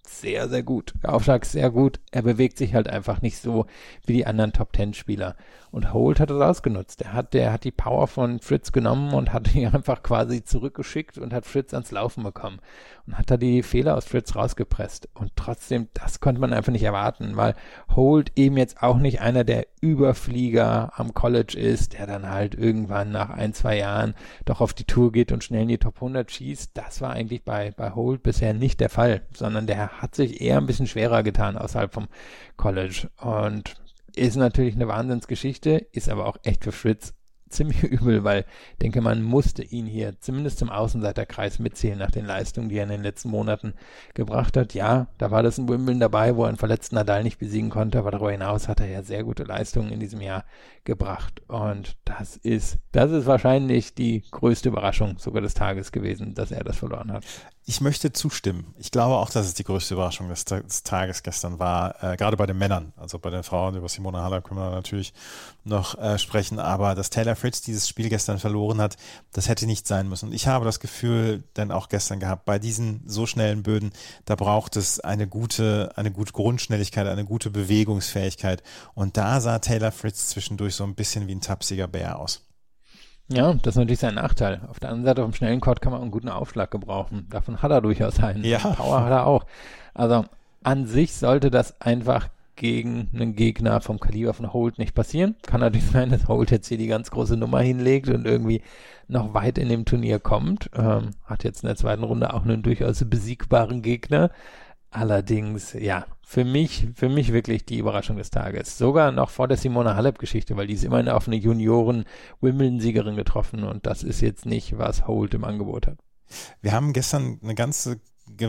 sehr, sehr gut. Der Aufschlag ist sehr gut. Er bewegt sich halt einfach nicht so wie die anderen Top-Ten-Spieler. Und Holt hat das ausgenutzt. Er hat, der hat die Power von Fritz genommen und hat ihn einfach quasi zurückgeschickt und hat Fritz ans Laufen bekommen. Und hat da die Fehler aus Fritz rausgepresst. Und trotzdem, das konnte man einfach nicht erwarten, weil Holt eben jetzt auch nicht einer der Überflieger am College ist, der dann halt irgendwann nach ein, zwei Jahren doch auf die Tour geht und schnell in die Top hundert schießt. Das war eigentlich bei, bei Holt bisher nicht der Fall, sondern der hat sich eher ein bisschen schwerer getan außerhalb vom College. Und ist natürlich eine Wahnsinnsgeschichte, ist aber auch echt für Fritz ziemlich übel, weil ich denke, man musste ihn hier zumindest im Außenseiterkreis mitzählen nach den Leistungen, die er in den letzten Monaten gebracht hat. Ja, da war das ein Wimbledon dabei, wo er einen verletzten Nadal nicht besiegen konnte, aber darüber hinaus hat er ja sehr gute Leistungen in diesem Jahr gebracht. Und das ist, das ist wahrscheinlich die größte Überraschung sogar des Tages gewesen, dass er das verloren hat. Ich möchte zustimmen. Ich glaube auch, dass es die größte Überraschung des, des Tages gestern war, äh, gerade bei den Männern. Also bei den Frauen, über Simona Halep können wir natürlich noch äh, sprechen, aber dass Taylor Fritz dieses Spiel gestern verloren hat, das hätte nicht sein müssen. Und ich habe das Gefühl, denn auch gestern gehabt, bei diesen so schnellen Böden, da braucht es eine gute, eine gute Grundschnelligkeit, eine gute Bewegungsfähigkeit. Und da sah Taylor Fritz zwischendurch so ein bisschen wie ein tapsiger Bär aus. Ja, das ist natürlich sein Nachteil. Auf der anderen Seite, auf dem schnellen Court kann man einen guten Aufschlag gebrauchen. Davon hat er durchaus einen. Ja. Power hat er auch. Also an sich sollte das einfach gegen einen Gegner vom Kaliber von Holt nicht passieren. Kann natürlich sein, dass Holt jetzt hier die ganz große Nummer hinlegt und irgendwie noch weit in dem Turnier kommt. Ähm, hat jetzt in der zweiten Runde auch einen durchaus besiegbaren Gegner. Allerdings, ja, für mich, für mich wirklich die Überraschung des Tages. Sogar noch vor der Simona Halep-Geschichte, weil die ist immerhin auf eine Junioren-Wimbledon-Siegerin getroffen und das ist jetzt nicht, was Holt im Angebot hat. Wir haben gestern eine ganze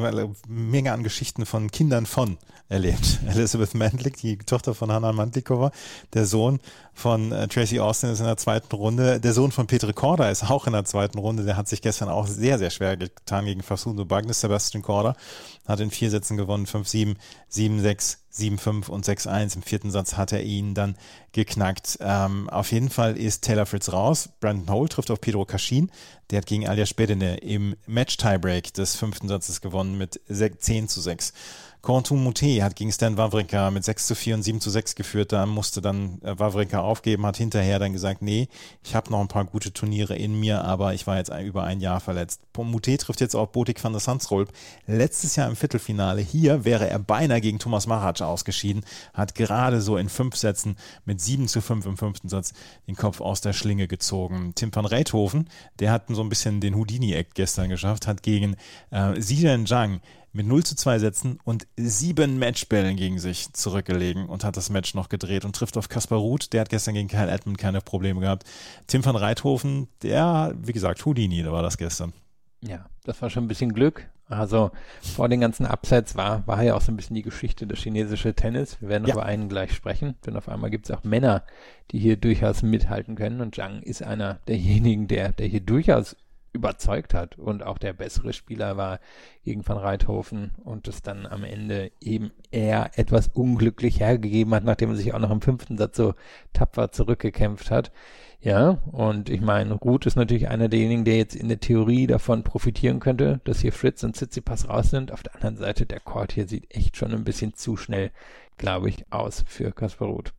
Menge an Geschichten von Kindern von erlebt. Elizabeth Mandlik, die Tochter von Hana Mandlikova, der Sohn von äh, Tracy Austin ist in der zweiten Runde, der Sohn von Petr Korda ist auch in der zweiten Runde, der hat sich gestern auch sehr, sehr schwer getan gegen Facundo Bagnis. Sebastian Korda hat in vier Sätzen gewonnen, fünf sieben, sieben sechs, sieben fünf und sechs eins. Im vierten Satz hat er ihn dann geknackt. Ähm, auf jeden Fall ist Taylor Fritz raus. Brandon Holt trifft auf Pedro Cachin. Der hat gegen Aljaž Bedene im Match-Tiebreak des fünften Satzes gewonnen mit zehn zu sechs. Corentin Moutet hat gegen Stan Wawrinka mit sechs zu vier und sieben zu sechs geführt. Da musste dann Wawrinka aufgeben, hat hinterher dann gesagt, nee, ich habe noch ein paar gute Turniere in mir, aber ich war jetzt über ein Jahr verletzt. Moutet trifft jetzt auf Botik van der Zandschulp. Letztes Jahr im Viertelfinale hier wäre er beinahe gegen Thomas Machac ausgeschieden, hat gerade so in fünf Sätzen mit sieben zu fünf im fünften Satz den Kopf aus der Schlinge gezogen. Tim van Rijthoven, der hat so ein bisschen den Houdini-Act gestern geschafft, hat gegen äh, Zhizhen Zhang mit null zu zwei Sätzen und sieben Matchbällen gegen sich zurückgelegen und hat das Match noch gedreht und trifft auf Kaspar Ruud. Der hat gestern gegen Kyle Edmund keine Probleme gehabt. Tim van Rijthoven, der, wie gesagt, Houdini, da war das gestern. Ja, das war schon ein bisschen Glück. Also vor den ganzen Upsets war, war ja auch so ein bisschen die Geschichte des chinesischen Tennis. Wir werden ja über einen gleich sprechen, denn auf einmal gibt es auch Männer, die hier durchaus mithalten können und Zhang ist einer derjenigen, der, der hier durchaus überzeugt hat und auch der bessere Spieler war gegen Van Rijthoven und es dann am Ende eben eher etwas unglücklich hergegeben hat, nachdem er sich auch noch im fünften Satz so tapfer zurückgekämpft hat. Ja, und ich meine, Ruud ist natürlich einer derjenigen, der jetzt in der Theorie davon profitieren könnte, dass hier Fritz und Tsitsipas raus sind. Auf der anderen Seite, der Court hier sieht echt schon ein bisschen zu schnell, glaube ich, aus für Kaspar Ruud.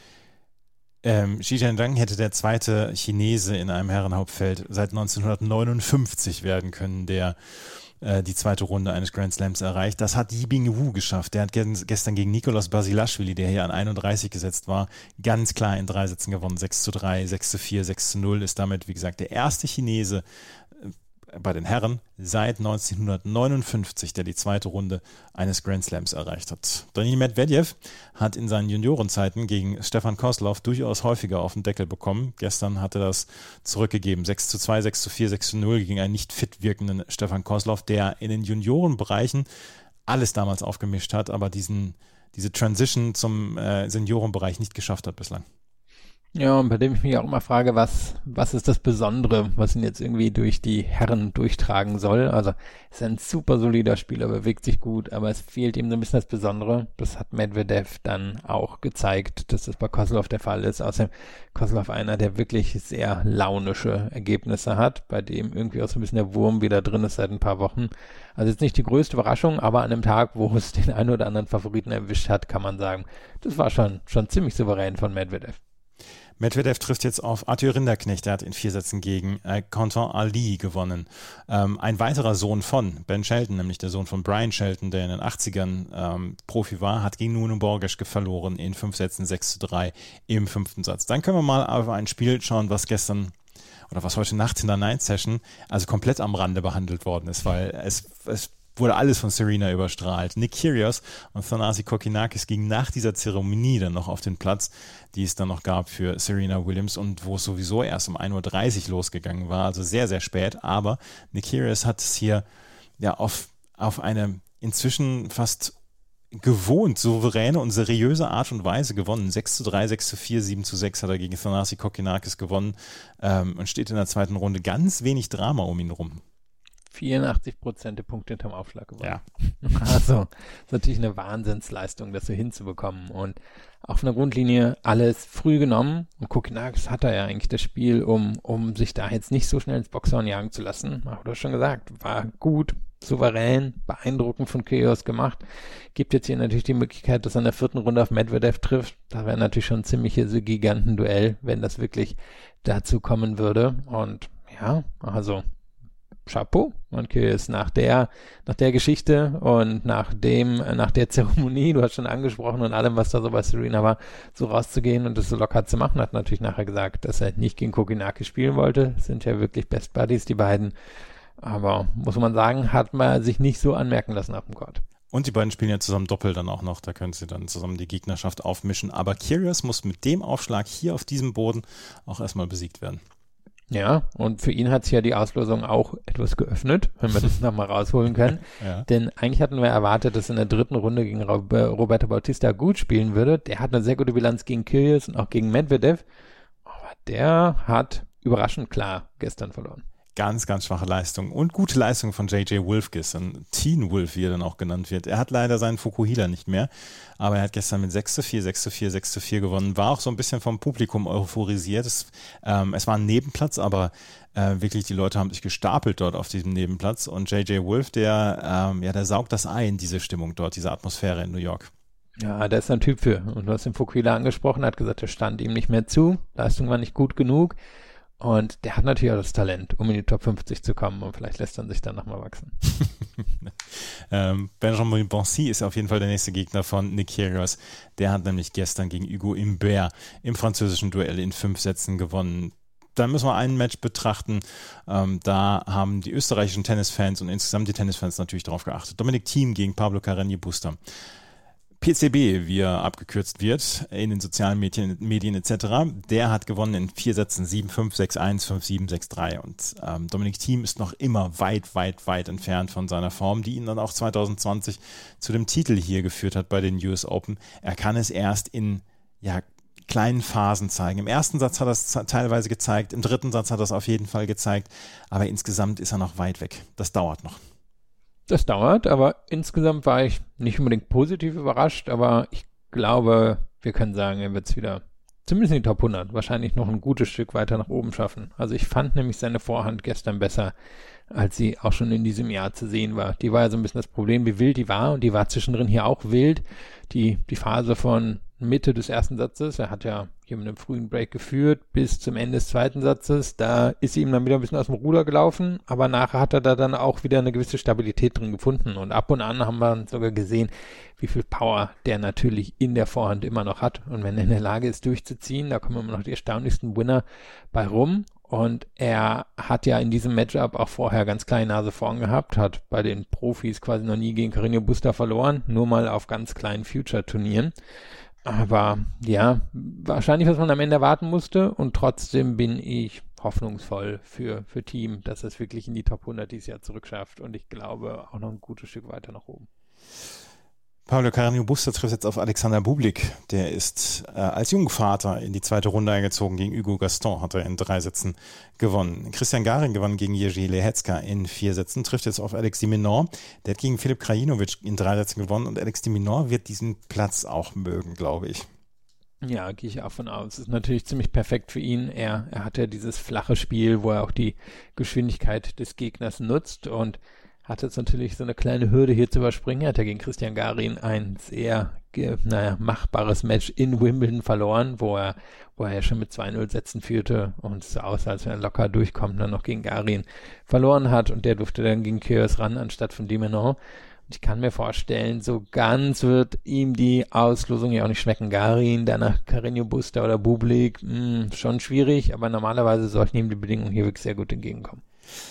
Ähm, Zhizhen Zhang hätte der zweite Chinese in einem Herrenhauptfeld seit neunzehnhundertneunundfünfzig werden können, der äh, die zweite Runde eines Grand Slams erreicht. Das hat Yibing Wu geschafft. Der hat ge- gestern gegen Nikoloz Basilashvili, der hier an einunddreißig gesetzt war, ganz klar in drei Sätzen gewonnen. sechs zu drei, sechs zu vier, sechs zu null, ist damit, wie gesagt, der erste Chinese bei den Herren seit neunzehnhundertneunundfünfzig, der die zweite Runde eines Grand Slams erreicht hat. Daniil Medvedev hat in seinen Juniorenzeiten gegen Stefan Kozlov durchaus häufiger auf den Deckel bekommen. Gestern hat er das zurückgegeben. sechs zu zwei, sechs zu vier, sechs zu null gegen einen nicht fit wirkenden Stefan Kozlov, der in den Juniorenbereichen alles damals aufgemischt hat, aber diesen, diese Transition zum äh, Seniorenbereich nicht geschafft hat bislang. Ja, und bei dem ich mich auch immer frage, was, was ist das Besondere, was ihn jetzt irgendwie durch die Herren durchtragen soll. Also, ist ein super solider Spieler, bewegt sich gut, aber es fehlt ihm so ein bisschen das Besondere. Das hat Medvedev dann auch gezeigt, dass das bei Kozlov der Fall ist. Außerdem Kozlov einer, der wirklich sehr launische Ergebnisse hat, bei dem irgendwie auch so ein bisschen der Wurm wieder drin ist seit ein paar Wochen. Also jetzt nicht die größte Überraschung, aber an einem Tag, wo es den einen oder anderen Favoriten erwischt hat, kann man sagen, das war schon, schon ziemlich souverän von Medvedev. Medvedev trifft jetzt auf Arthur Rinderknecht, der hat in vier Sätzen gegen äh, Quentin Ali gewonnen. Ähm, ein weiterer Sohn von Ben Shelton, nämlich der Sohn von Brian Shelton, der in den achtzigern ähm, Profi war, hat gegen Nuno Borges verloren in fünf Sätzen sechs zu drei im fünften Satz. Dann können wir mal auf ein Spiel schauen, was gestern oder was heute Nacht in der Night Session also komplett am Rande behandelt worden ist, weil es, es wurde alles von Serena überstrahlt. Nick Kyrgios und Thanasi Kokkinakis gingen nach dieser Zeremonie dann noch auf den Platz, die es dann noch gab für Serena Williams und wo es sowieso erst um ein Uhr dreißig losgegangen war, also sehr, sehr spät. Aber Nick Kyrgios hat es hier ja auf, auf eine inzwischen fast gewohnt souveräne und seriöse Art und Weise gewonnen. sechs zu drei, sechs zu vier, sieben zu sechs hat er gegen Thanasi Kokkinakis gewonnen ähm, und steht in der zweiten Runde. Ganz wenig Drama um ihn rum. vierundachtzig Prozent der Punkte hinterm Aufschlag gewonnen. Ja. Also, das ist natürlich eine Wahnsinnsleistung, das so hinzubekommen. Und auf einer Grundlinie alles früh genommen. Und Kokkinakis hat da ja eigentlich das Spiel, um, um sich da jetzt nicht so schnell ins Boxhorn jagen zu lassen. Ach, du hast schon gesagt, war gut, souverän, beeindruckend von Kyrgios gemacht. Gibt jetzt hier natürlich die Möglichkeit, dass er in der vierten Runde auf Medvedev trifft. Da wäre natürlich schon ein ziemliches Gigantenduell, wenn das wirklich dazu kommen würde. Und ja, also Chapeau. Und Kyrgios nach der, nach der Geschichte und nach dem, nach der Zeremonie, du hast schon angesprochen und allem, was da so bei Serena war, so rauszugehen und das so locker zu machen, hat natürlich nachher gesagt, dass er nicht gegen Kokkinakis spielen wollte. Das sind ja wirklich Best Buddies, die beiden. Aber muss man sagen, hat man sich nicht so anmerken lassen auf dem Court. Und die beiden spielen ja zusammen Doppel dann auch noch, da können sie dann zusammen die Gegnerschaft aufmischen. Aber Kyrgios muss mit dem Aufschlag hier auf diesem Boden auch erstmal besiegt werden. Ja, und für ihn hat sich ja die Auslosung auch etwas geöffnet, wenn wir das nochmal rausholen können. Ja. Denn eigentlich hatten wir erwartet, dass in der dritten Runde gegen Roberto Bautista gut spielen würde. Der hat eine sehr gute Bilanz gegen Kyrgios und auch gegen Medvedev. Aber der hat überraschend klar gestern verloren. Ganz, ganz schwache Leistung und gute Leistung von J J Wolf gestern. Teen Wolf, wie er dann auch genannt wird. Er hat leider seinen Fukuhila nicht mehr, aber er hat gestern mit sechs zu vier, sechs zu vier, sechs zu vier gewonnen. War auch so ein bisschen vom Publikum euphorisiert. Es, ähm, es war ein Nebenplatz, aber äh, wirklich die Leute haben sich gestapelt dort auf diesem Nebenplatz. Und J J Wolf, der, ähm, ja, der saugt das ein, diese Stimmung dort, diese Atmosphäre in New York. Ja, da ist ein Typ für. Und du hast den Fukuhila angesprochen, hat gesagt, er stand ihm nicht mehr zu. Leistung war nicht gut genug. Und der hat natürlich auch das Talent, um in die Top fünfzig zu kommen und vielleicht lässt er sich dann nochmal wachsen. ähm, Benjamin Bonsi ist auf jeden Fall der nächste Gegner von Nick Kyrgios. Der hat nämlich gestern gegen Hugo Humbert im französischen Duell in fünf Sätzen gewonnen. Da müssen wir ein Match betrachten. Ähm, da haben die österreichischen Tennisfans und insgesamt die Tennisfans natürlich drauf geachtet. Dominic Thiem gegen Pablo Carreño Busta. P C B, wie er abgekürzt wird, in den sozialen Medien, Medien et cetera, der hat gewonnen in vier Sätzen sieben fünf, sechs eins, fünf sieben, sechs drei und ähm, Dominic Thiem ist noch immer weit, weit, weit entfernt von seiner Form, die ihn dann auch zwanzig zwanzig zu dem Titel hier geführt hat bei den U S Open. Er kann es erst in, ja, kleinen Phasen zeigen. Im ersten Satz hat er es teilweise gezeigt, im dritten Satz hat er es auf jeden Fall gezeigt, aber insgesamt ist er noch weit weg. Das dauert noch. Das dauert, aber insgesamt war ich nicht unbedingt positiv überrascht, aber ich glaube, wir können sagen, er wird es wieder zumindest in die Top hundert, wahrscheinlich noch ein gutes Stück weiter nach oben schaffen. Also ich fand nämlich seine Vorhand gestern besser, als sie auch schon in diesem Jahr zu sehen war. Die war ja so ein bisschen das Problem, wie wild die war und die war zwischendrin hier auch wild. Die, die Phase von Mitte des ersten Satzes, er hat ja hier mit einem frühen Break geführt, bis zum Ende des zweiten Satzes, da ist sie ihm dann wieder ein bisschen aus dem Ruder gelaufen, aber nachher hat er da dann auch wieder eine gewisse Stabilität drin gefunden und ab und an haben wir sogar gesehen, wie viel Power der natürlich in der Vorhand immer noch hat und wenn er in der Lage ist durchzuziehen, da kommen immer noch die erstaunlichsten Winner bei rum. Und er hat ja in diesem Matchup auch vorher ganz kleine Nase vorn gehabt, hat bei den Profis quasi noch nie gegen Carreño Busta verloren, nur mal auf ganz kleinen Future-Turnieren. Aber ja, wahrscheinlich, was man am Ende erwarten musste und trotzdem bin ich hoffnungsvoll für, für Thiem, dass es wirklich in die Top hundert dieses Jahr zurückschafft und ich glaube auch noch ein gutes Stück weiter nach oben. Pablo Carreño Busta trifft jetzt auf Alexander Bublik. Der ist äh, als Jungvater in die zweite Runde eingezogen. Gegen Hugo Gaston hat er in drei Sätzen gewonnen. Christian Garin gewann gegen Jerzy Lehecka in vier Sätzen. Trifft jetzt auf Alex de Minaur. Der hat gegen Filip Krajinovic in drei Sätzen gewonnen. Und Alex de Minaur wird diesen Platz auch mögen, glaube ich. Ja, gehe ich auch von aus. Es ist natürlich ziemlich perfekt für ihn. Er, er hat ja dieses flache Spiel, wo er auch die Geschwindigkeit des Gegners nutzt und hat jetzt natürlich so eine kleine Hürde hier zu überspringen. Er hat ja gegen Christian Garin ein sehr, naja, machbares Match in Wimbledon verloren, wo er, wo er ja schon mit zwei null Sätzen führte und es so aussah, als wenn er locker durchkommt und dann noch gegen Garin verloren hat und der durfte dann gegen Kyrgios ran anstatt von de Minaur. Und ich kann mir vorstellen, so ganz wird ihm die Auslosung ja auch nicht schmecken. Garin, danach Carreño Busta oder Bublik, mh, schon schwierig, aber normalerweise sollten ihm die Bedingungen hier wirklich sehr gut entgegenkommen.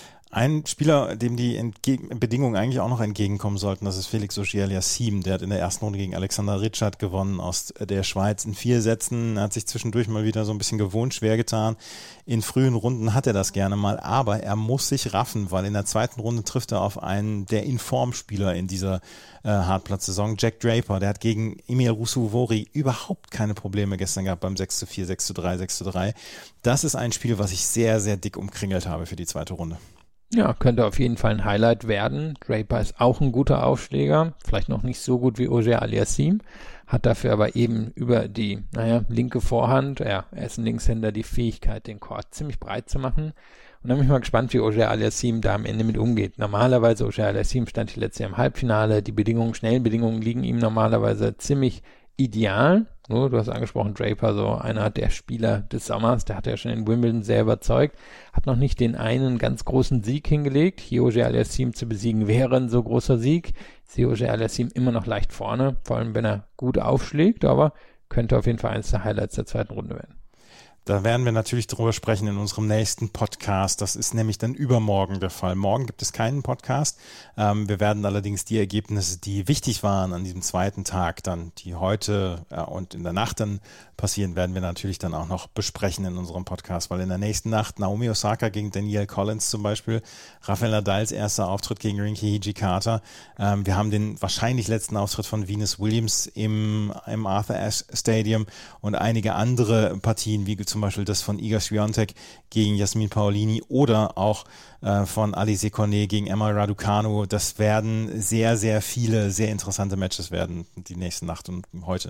Ein Spieler, dem die Entge- Bedingungen eigentlich auch noch entgegenkommen sollten, das ist Felix Auger-Aliassime. Der hat in der ersten Runde gegen Alexander Ritschard gewonnen aus der Schweiz in vier Sätzen. Er hat sich zwischendurch mal wieder so ein bisschen gewohnt schwer getan. In frühen Runden hat er das gerne mal, aber er muss sich raffen, weil in der zweiten Runde trifft er auf einen der Informspieler in dieser äh, Hartplatz-Saison, Jack Draper. Der hat gegen Emil Ruusuvuori überhaupt keine Probleme gestern gehabt beim sechs zu vier, sechs zu drei, sechs zu drei. Das ist ein Spiel, was ich sehr, sehr dick umkringelt habe für die zweite Runde. Ja, könnte auf jeden Fall ein Highlight werden. Draper ist auch ein guter Aufschläger, vielleicht noch nicht so gut wie Auger-Aliassime, hat dafür aber eben über die, naja, linke Vorhand, ja, er ist ein Linkshänder, die Fähigkeit, den Court ziemlich breit zu machen. Und dann bin ich mal gespannt, wie Auger-Aliassime da am Ende mit umgeht. Normalerweise, Auger-Aliassime stand die letzte Jahr im Halbfinale, die Bedingungen, schnellen Bedingungen liegen ihm normalerweise ziemlich ideal. Oh, du hast angesprochen, Draper, so einer der Spieler des Sommers, der hat ja schon in Wimbledon sehr überzeugt, hat noch nicht den einen ganz großen Sieg hingelegt. Hier Auger-Aliassime zu besiegen wäre ein so großer Sieg. Ich sehe Auger-Aliassime immer noch leicht vorne, vor allem wenn er gut aufschlägt, aber könnte auf jeden Fall eines der Highlights der zweiten Runde werden. Da werden wir natürlich drüber sprechen in unserem nächsten Podcast. Das ist nämlich dann übermorgen der Fall. Morgen gibt es keinen Podcast. Ähm, wir werden allerdings die Ergebnisse, die wichtig waren an diesem zweiten Tag, dann die heute äh, und in der Nacht dann passieren, werden wir natürlich dann auch noch besprechen in unserem Podcast, weil in der nächsten Nacht Naomi Osaka gegen Danielle Collins zum Beispiel, Rafael Nadals erster Auftritt gegen Rinky Hijikata. Ähm, wir haben den wahrscheinlich letzten Auftritt von Venus Williams im, im Arthur Ashe Stadium und einige andere Partien, wie zum Beispiel das von Iga Swiatek gegen Jasmin Paolini oder auch äh, von Alizé Cornet gegen Emma Raducanu. Das werden sehr, sehr viele, sehr interessante Matches werden die nächste Nacht und heute.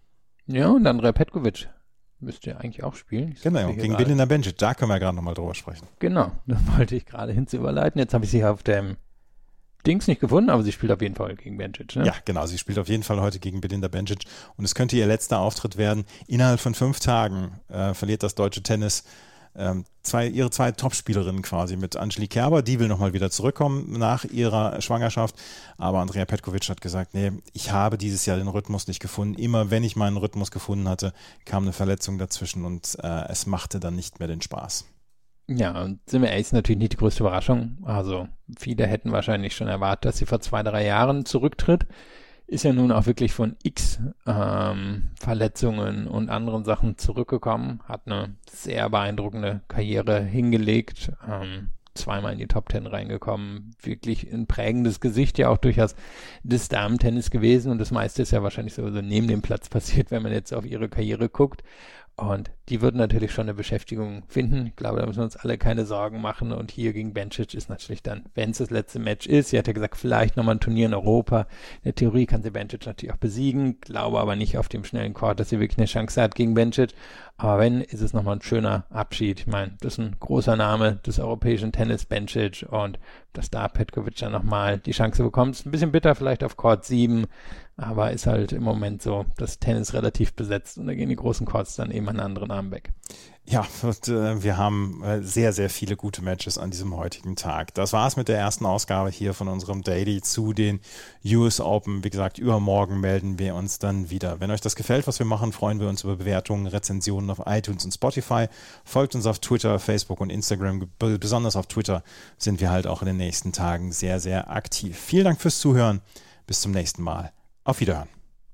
Ja, und Andrea Petkovic müsste ja eigentlich auch spielen. Genau, gegen Belinda Bencic, da können wir gerade nochmal drüber sprechen. Genau, das wollte ich gerade hinzu überleiten. Jetzt habe ich sie auf dem Dings nicht gefunden, aber sie spielt auf jeden Fall gegen Bencic, ne? Ja, genau, sie spielt auf jeden Fall heute gegen Belinda Bencic und es könnte ihr letzter Auftritt werden. Innerhalb von fünf Tagen äh, verliert das deutsche Tennis ähm, zwei, ihre zwei Topspielerinnen quasi mit Angelique Kerber. Die will nochmal wieder zurückkommen nach ihrer Schwangerschaft, aber Andrea Petkovic hat gesagt, nee, ich habe dieses Jahr den Rhythmus nicht gefunden. Immer wenn ich meinen Rhythmus gefunden hatte, kam eine Verletzung dazwischen und äh, es machte dann nicht mehr den Spaß. Ja, und sind wir ehrlich, ist natürlich nicht die größte Überraschung. Also viele hätten wahrscheinlich schon erwartet, dass sie vor zwei, drei Jahren zurücktritt. Ist ja nun auch wirklich von x ähm, Verletzungen und anderen Sachen zurückgekommen. Hat eine sehr beeindruckende Karriere hingelegt. Ähm, zweimal in die Top Ten reingekommen. Wirklich ein prägendes Gesicht ja auch durchaus des Damen-Tennis gewesen. Und das meiste ist ja wahrscheinlich sowieso neben dem Platz passiert, wenn man jetzt auf ihre Karriere guckt. Und die würden natürlich schon eine Beschäftigung finden. Ich glaube, da müssen wir uns alle keine Sorgen machen. Und hier gegen Bencic ist natürlich dann, wenn es das letzte Match ist, sie hat ja gesagt, vielleicht nochmal ein Turnier in Europa. In der Theorie kann sie Bencic natürlich auch besiegen. Glaube aber nicht auf dem schnellen Court, dass sie wirklich eine Chance hat gegen Bencic. Aber wenn, ist es nochmal ein schöner Abschied. Ich meine, das ist ein großer Name des europäischen Tennis, Bencic. Und dass da Petkovic dann nochmal die Chance bekommt, ist ein bisschen bitter vielleicht auf Court sieben. Aber ist halt im Moment so, das Tennis relativ besetzt und da gehen die großen Courts dann eben an anderen Armen weg. Ja, und, äh, wir haben äh, sehr, sehr viele gute Matches an diesem heutigen Tag. Das war's mit der ersten Ausgabe hier von unserem Daily zu den U S Open. Wie gesagt, übermorgen melden wir uns dann wieder. Wenn euch das gefällt, was wir machen, freuen wir uns über Bewertungen, Rezensionen auf iTunes und Spotify. Folgt uns auf Twitter, Facebook und Instagram. B- besonders auf Twitter sind wir halt auch in den nächsten Tagen sehr, sehr aktiv. Vielen Dank fürs Zuhören. Bis zum nächsten Mal. Auf Wiederhören.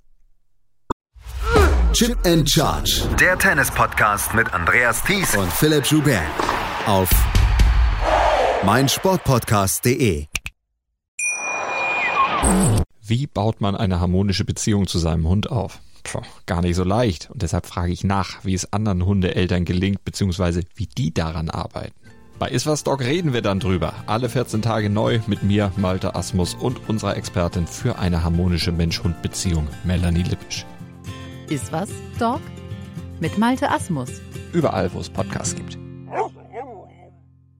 Chip and Charge. Der Tennis-Podcast mit Andreas Thies Und Philipp Joubert. Auf meinsportpodcast punkt de. Wie baut man eine harmonische Beziehung zu seinem Hund auf? Puh, gar nicht so leicht. Und deshalb frage ich nach, wie es anderen Hundeeltern gelingt, beziehungsweise wie die daran arbeiten. Bei Iswas Dog reden wir dann drüber. Alle vierzehn Tage neu mit mir, Malte Asmus, und unserer Expertin für eine harmonische Mensch-Hund-Beziehung, Melanie Lippisch. Iswas Dog mit Malte Asmus. Überall, wo es Podcasts gibt.